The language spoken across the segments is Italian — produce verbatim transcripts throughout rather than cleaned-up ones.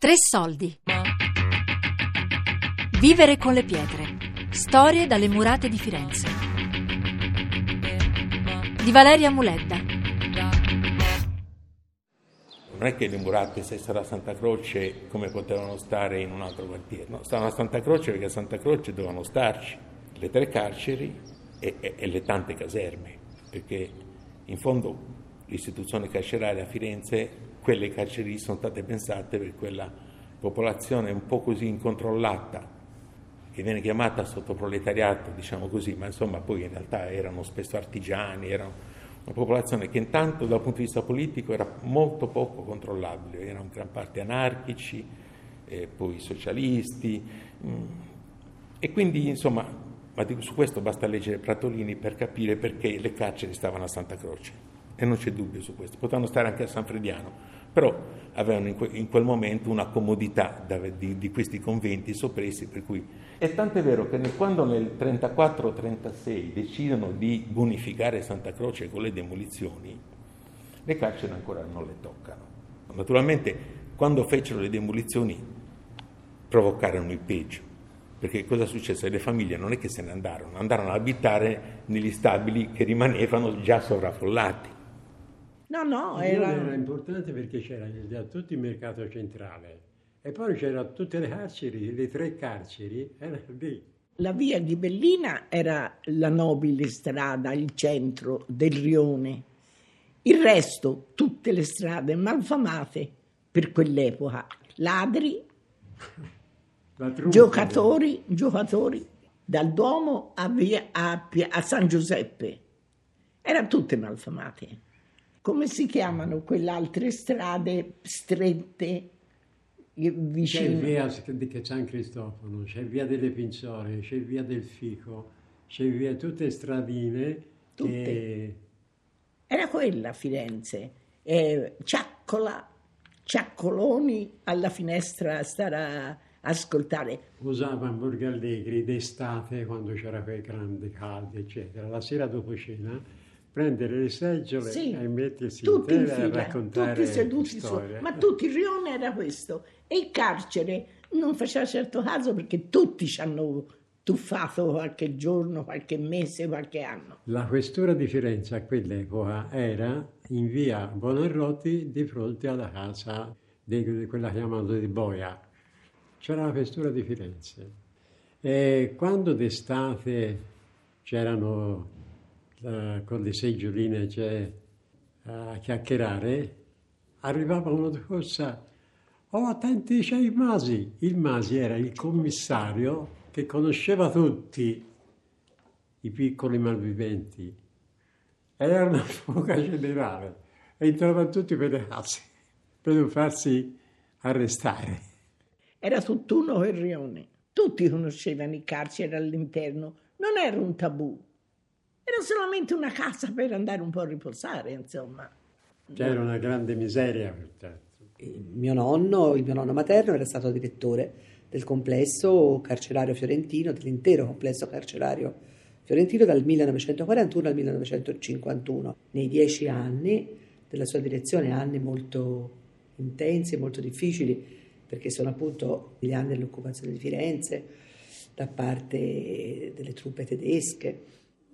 Tre soldi. Vivere con le pietre. Storie dalle murate di Firenze. Di Valeria Muledda. Non è che le murate stessero a Santa Croce come potevano stare in un altro quartiere, no, stavano a Santa Croce perché a Santa Croce dovevano starci le tre carceri e, e, e le tante caserme, perché in fondo l'istituzione carceraria a Firenze, quelle carceri sono state pensate per quella popolazione un po' così incontrollata, che viene chiamata sottoproletariato, diciamo così, ma insomma poi in realtà erano spesso artigiani, erano una popolazione che intanto dal punto di vista politico era molto poco controllabile, erano in gran parte anarchici, eh, poi socialisti, mh, e quindi insomma, ma su questo basta leggere Pratolini per capire perché le carceri stavano a Santa Croce, e non c'è dubbio su questo, potevano stare anche a San Frediano, però avevano in, que- in quel momento una comodità da, di, di questi conventi soppressi, per cui è tanto vero che nel, quando nel trentaquattro trentasei decidono di bonificare Santa Croce con le demolizioni, le carceri ancora non le toccano. Naturalmente quando fecero le demolizioni provocarono il peggio, perché cosa successe? Le famiglie non è che se ne andarono, andarono ad abitare negli stabili che rimanevano già sovraffollati. No, no, era... era importante perché c'era da tutto il mercato centrale e poi c'erano tutte le carceri, le tre carceri erano lì. La via di Bellina era la nobile strada, il centro del rione. Il resto, tutte le strade malfamate per quell'epoca. Ladri, giocatori, giocatori, dal Duomo a, via, a, a San Giuseppe. Erano tutte malfamate. Come si chiamano quelle altre strade strette vicino? C'è via di San Cristoforo, c'è via delle Pinzole, c'è via del Fico, c'è via tutte stradine. Tutte. E... Era quella Firenze. Eh, Ciaccola, Ciaccoloni alla finestra a stare a ascoltare. Usavano Borgo Allegri d'estate quando c'era quei grandi caldi, eccetera. La sera dopo cena prendere le seggiole sì, e mettersi tutti in fila, e raccontare tutti seduti storie. Su, ma tutto il rione era questo. E il carcere non faceva certo caso perché tutti ci hanno tuffato qualche giorno, qualche mese, qualche anno. La questura di Firenze a quell'epoca era in via Buonarroti di fronte alla casa di quella chiamata di Boia. C'era la questura di Firenze. E quando d'estate c'erano Uh, con le seggioline cioè, uh, a chiacchierare, arrivava uno di corsa, oh attenti c'è il Masi. Il Masi era il commissario che conosceva tutti i piccoli malviventi, era una fuga generale e entravano tutti per le case per non farsi arrestare. Era tutt'uno quel rione, tutti conoscevano i carceri all'interno, non era un tabù. Era solamente una casa per andare un po' a riposare, insomma. C'era una grande miseria, pertanto. Il mio nonno, il mio nonno materno era stato direttore del complesso carcerario fiorentino, dell'intero complesso carcerario fiorentino dal millenovecentoquarantuno al millenovecentocinquantuno. Nei dieci anni della sua direzione, anni molto intensi e molto difficili, perché sono appunto gli anni dell'occupazione di Firenze da parte delle truppe tedesche.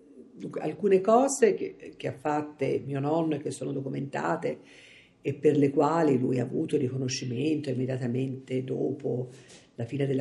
Alcune cose che, che ha fatte mio nonno e che sono documentate e per le quali lui ha avuto riconoscimento immediatamente dopo la fine della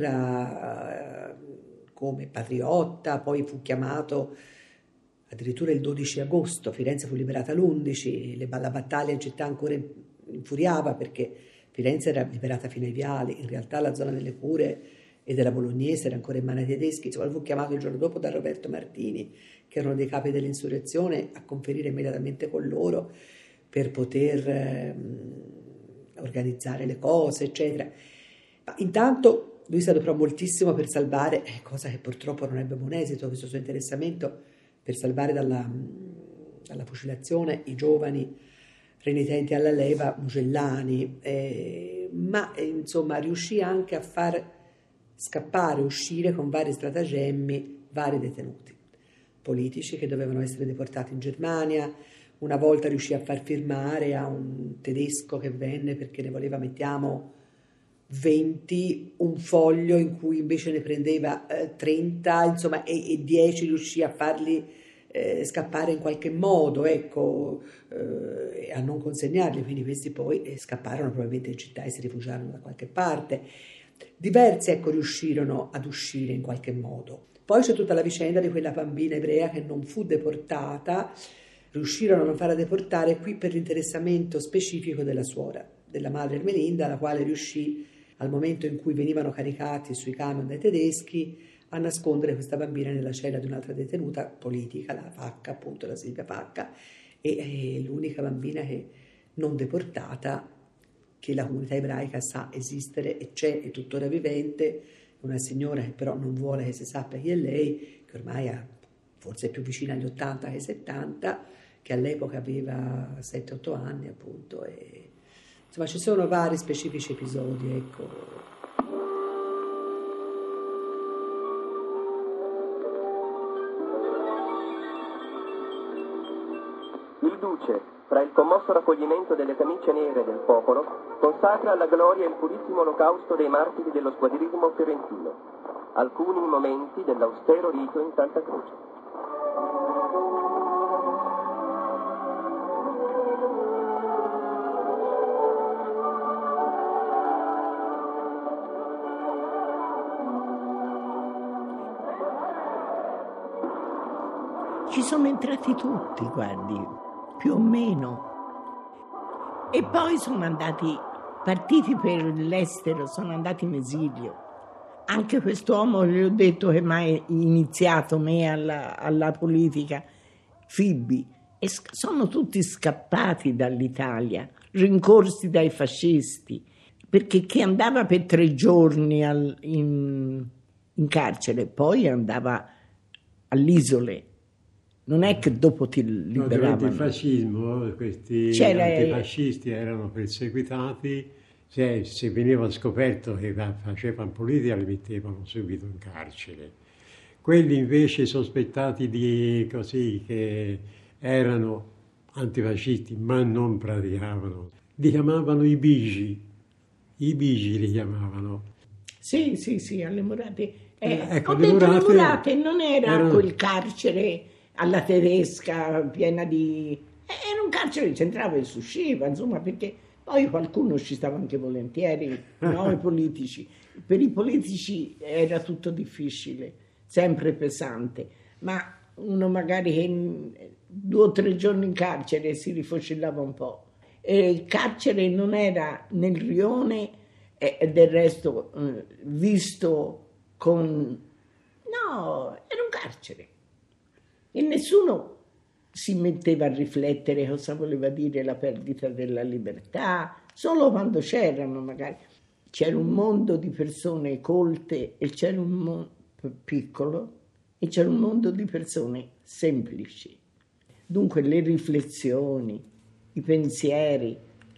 guerra come patriotta, poi fu chiamato addirittura il dodici agosto, Firenze fu liberata l'undici, le, la battaglia in città ancora infuriava perché Firenze era liberata fino ai viali, in realtà la zona delle Cure e della Bolognese era ancora in mano ai tedeschi, insomma fu chiamato il giorno dopo da Roberto Martini, che erano dei capi dell'insurrezione, a conferire immediatamente con loro per poter ehm, organizzare le cose, eccetera. Ma intanto lui è stato però moltissimo per salvare, cosa che purtroppo non ebbe buon esito, questo suo interessamento per salvare dalla, dalla fucilazione i giovani renitenti alla leva Mugellani, eh, ma eh, insomma riuscì anche a far scappare, uscire con vari stratagemmi, vari detenuti politici che dovevano essere deportati in Germania. Una volta riuscì a far firmare a un tedesco che venne perché ne voleva, mettiamo, venti, un foglio in cui invece ne prendeva eh, trenta, insomma, e, e dieci riuscì a farli eh, scappare in qualche modo, ecco, eh, a non consegnarli, quindi questi poi eh, scapparono probabilmente in città e si rifugiarono da qualche parte. Diversi, ecco, riuscirono ad uscire in qualche modo. Poi c'è tutta la vicenda di quella bambina ebrea che non fu deportata, riuscirono a non farla deportare qui per l'interessamento specifico della suora, della madre Ermelinda, la quale riuscì, al momento in cui venivano caricati sui camion dai tedeschi, a nascondere questa bambina nella cella di un'altra detenuta politica, la Facca, appunto, la Silvia Facca, e è l'unica bambina che non deportata, che la comunità ebraica sa esistere e c'è, è tuttora vivente, una signora che però non vuole che si sappia chi è lei, che ormai ha, forse è più vicina agli ottanta che ai settanta, che all'epoca aveva sette otto anni appunto, e insomma ci sono vari specifici episodi, ecco. Il Duce, fra il commosso raccoglimento delle camicie nere del popolo, consacra alla gloria il purissimo olocausto dei martiri dello squadrismo fiorentino. Alcuni momenti dell'austero rito in Santa Croce. Ci sono entrati tutti, guardi, più o meno. E poi sono andati, partiti per l'estero, sono andati in esilio. Anche quest'uomo, gli ho detto che mai ha iniziato me alla, alla politica, Fibbi, e sono tutti scappati dall'Italia, rincorsi dai fascisti, perché chi andava per tre giorni al, in, in carcere, poi andava all'Isole. Non è che dopo ti liberavano. No, durante il fascismo questi C'era antifascisti erano perseguitati, se, se veniva scoperto che facevano politica li mettevano subito in carcere. Quelli invece sospettati di così, che erano antifascisti ma non praticavano, li chiamavano i bigi, i bigi li chiamavano. Sì, sì, sì, alle Murate. Eh, ecco, ho le detto Murate, le Murate non era erano... quel carcere alla tedesca piena di... era un carcere che c'entrava e si usciva, insomma, perché poi qualcuno ci stava anche volentieri, no, i politici. Per i politici era tutto difficile, sempre pesante, ma uno magari che due o tre giorni in carcere si rifocillava un po'. E il carcere non era nel rione e del resto eh, visto con... no, era un carcere. E nessuno si metteva a riflettere cosa voleva dire la perdita della libertà, solo quando c'erano magari. C'era un mondo di persone colte e c'era un mondo piccolo e c'era un mondo di persone semplici. Dunque le riflessioni, i pensieri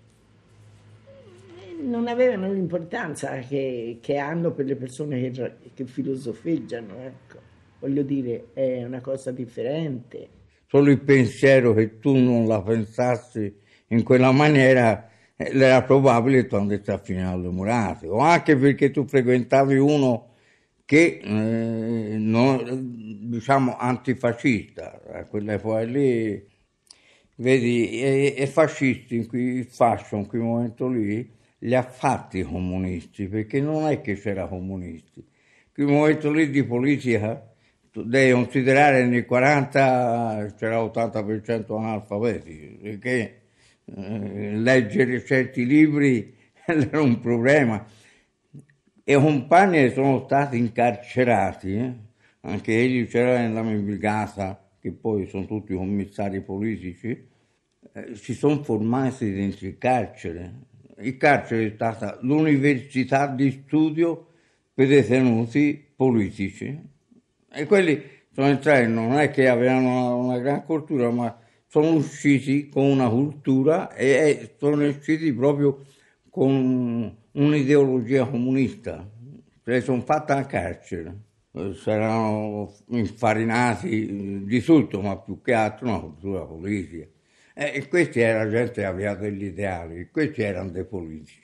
non avevano l'importanza che, che hanno per le persone che, che filosofeggiano, ecco. Voglio dire, è una cosa differente. Solo il pensiero che tu non la pensassi in quella maniera era probabile che tu andassi a finire alle Murate, o anche perché tu frequentavi uno che, eh, non, diciamo, antifascista, a quell'epoca lì, vedi, e, e fascisti, in cui, il fascio in quel momento lì, li ha fatti i comunisti, perché non è che c'era comunisti. In quel momento lì di politica, tu devi considerare nel quaranta c'era l'ottanta per cento analfabeti, perché eh, leggere certi libri era un problema. E compagni sono stati incarcerati, eh? Anche egli c'era nella mia brigata, che poi sono tutti commissari politici, eh, si sono formati dentro il carcere. Il carcere è stata l'università di studio per detenuti politici. E quelli sono entrati, non è che avevano una, una gran cultura, ma sono usciti con una cultura e, e sono usciti proprio con un'ideologia comunista. Se le sono fatte a carcere, si erano infarinati di tutto, ma più che altro una cultura politica. E, e questi era gente che aveva degli ideali, questi erano dei politici.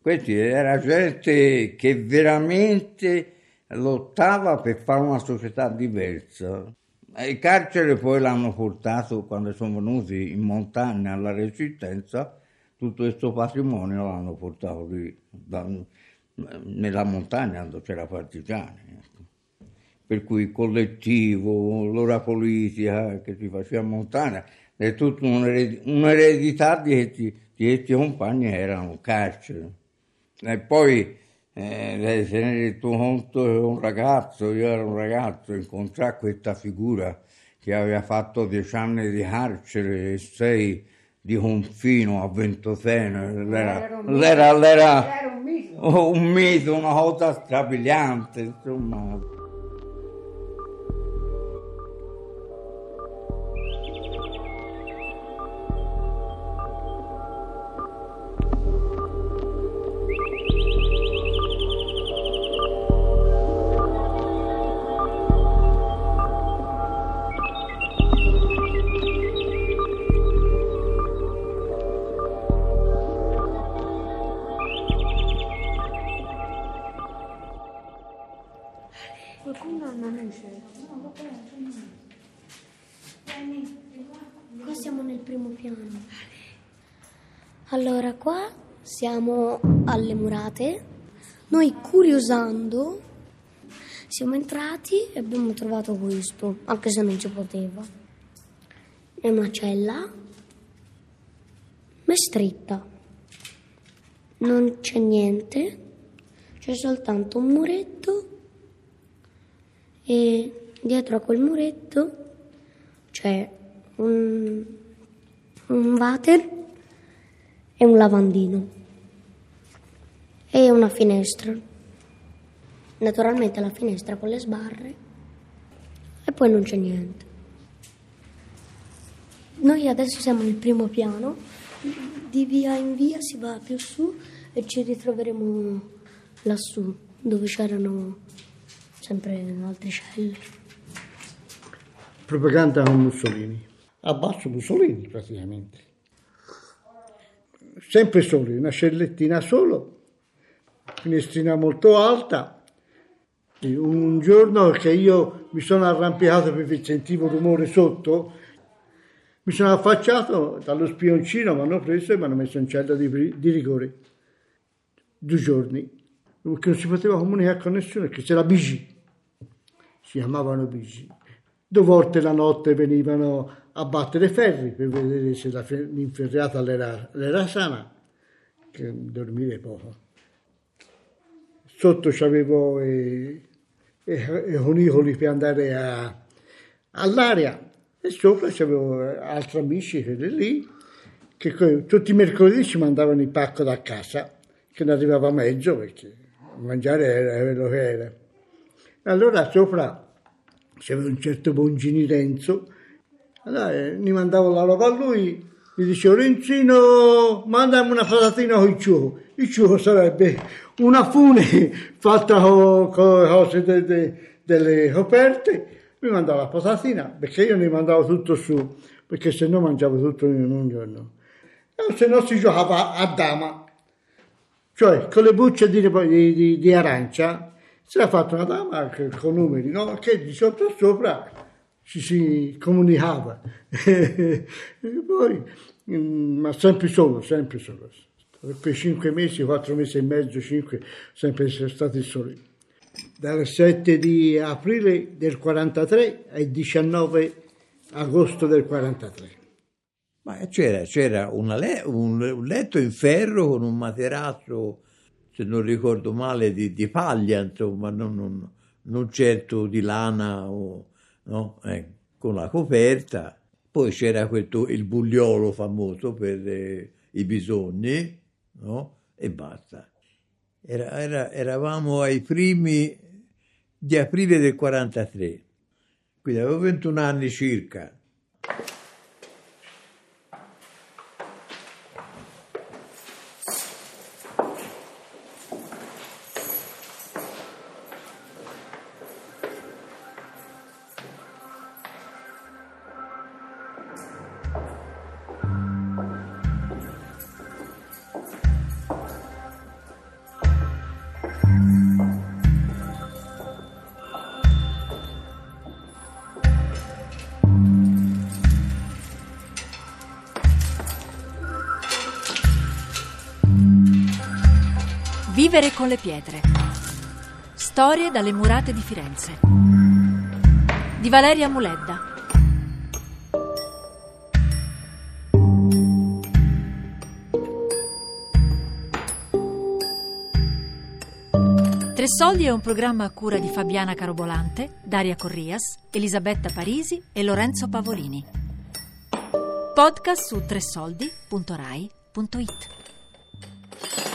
Questi era gente che veramente lottava per fare una società diversa. Il carcere poi l'hanno portato, quando sono venuti in montagna alla Resistenza, tutto questo patrimonio l'hanno portato lì, da, nella montagna dove c'era partigiani. Per cui il collettivo, l'ora politica che si faceva in montagna, è tutta un'eredità di questi, di questi compagni che erano carcere. E poi eh, devi tenere tuo conto, un ragazzo, io ero un ragazzo, incontrai questa figura che aveva fatto dieci anni di carcere e sei di confino a Ventotene, l'era, l'era, l'era, Era un mito. un mito, una cosa strabiliante, insomma. Qua siamo nel primo piano. Allora, qua siamo alle murate. Noi, curiosando, siamo entrati e abbiamo trovato questo, anche se non ci poteva. È una cella, ma è stretta. Non c'è niente, c'è soltanto un muretto e dietro a quel muretto c'è un, un water e un lavandino e una finestra. Naturalmente la finestra con le sbarre e poi non c'è niente. Noi adesso siamo nel primo piano, di via in via si va più su e ci ritroveremo lassù dove c'erano sempre altre celle. Propaganda con Mussolini. A basso Mussolini praticamente. Sempre soli, una cellettina solo, finestrina molto alta. Un giorno che io mi sono arrampicato perché sentivo rumore sotto, mi sono affacciato dallo spioncino, mi hanno preso e mi hanno messo in cella di, di rigore. Due giorni, perché non si poteva comunicare con nessuno, perché c'era B G. Si chiamavano B G. Due volte la notte venivano a battere ferri per vedere se la, l'inferriata era, era sana, che dormire poco. Sotto c'avevo i, i, i conicoli per andare a, all'aria e sopra c'avevo altri amici che erano lì, che tutti i mercoledì ci mandavano il pacco da casa, che ne arrivava mezzo perché mangiare era quello che era. Allora sopra c'era un certo Bongini Renzo, allora eh, mi mandavo la roba a lui, mi dicevo Renzino mandami una patatina con il ciuco. Il ciuco sarebbe una fune fatta con co cose de, de, delle coperte, mi mandava la patatina perché io ne mandavo tutto su, perché se no mangiavo tutto in un giorno. E se no si giocava a dama, cioè con le bucce di, di, di, di arancia. Si era fatta una dama con numeri, no? Che di sopra a sopra ci si comunicava. E poi, ma sempre solo, sempre solo. Per cinque mesi, quattro mesi e mezzo, cinque, sempre siamo stati soli. Dal sette di aprile del quarantatré al diciannove agosto del quarantatré. Ma c'era, c'era una le- un letto in ferro con un materasso, se non ricordo male, di, di paglia, insomma, non, non, non certo di lana, o, no? eh, con la coperta. Poi c'era quel, il bugliolo famoso per eh, i bisogni, no? E basta. Era, era, eravamo ai primi di aprile del quarantatré, quindi avevo ventuno anni circa. Vivere con le pietre. Storie dalle murate di Firenze. Di Valeria Muledda. Tre Soldi è un programma a cura di Fabiana Carobolante, Daria Corrias, Elisabetta Parisi e Lorenzo Pavolini. Podcast su tresoldi punto rai punto it.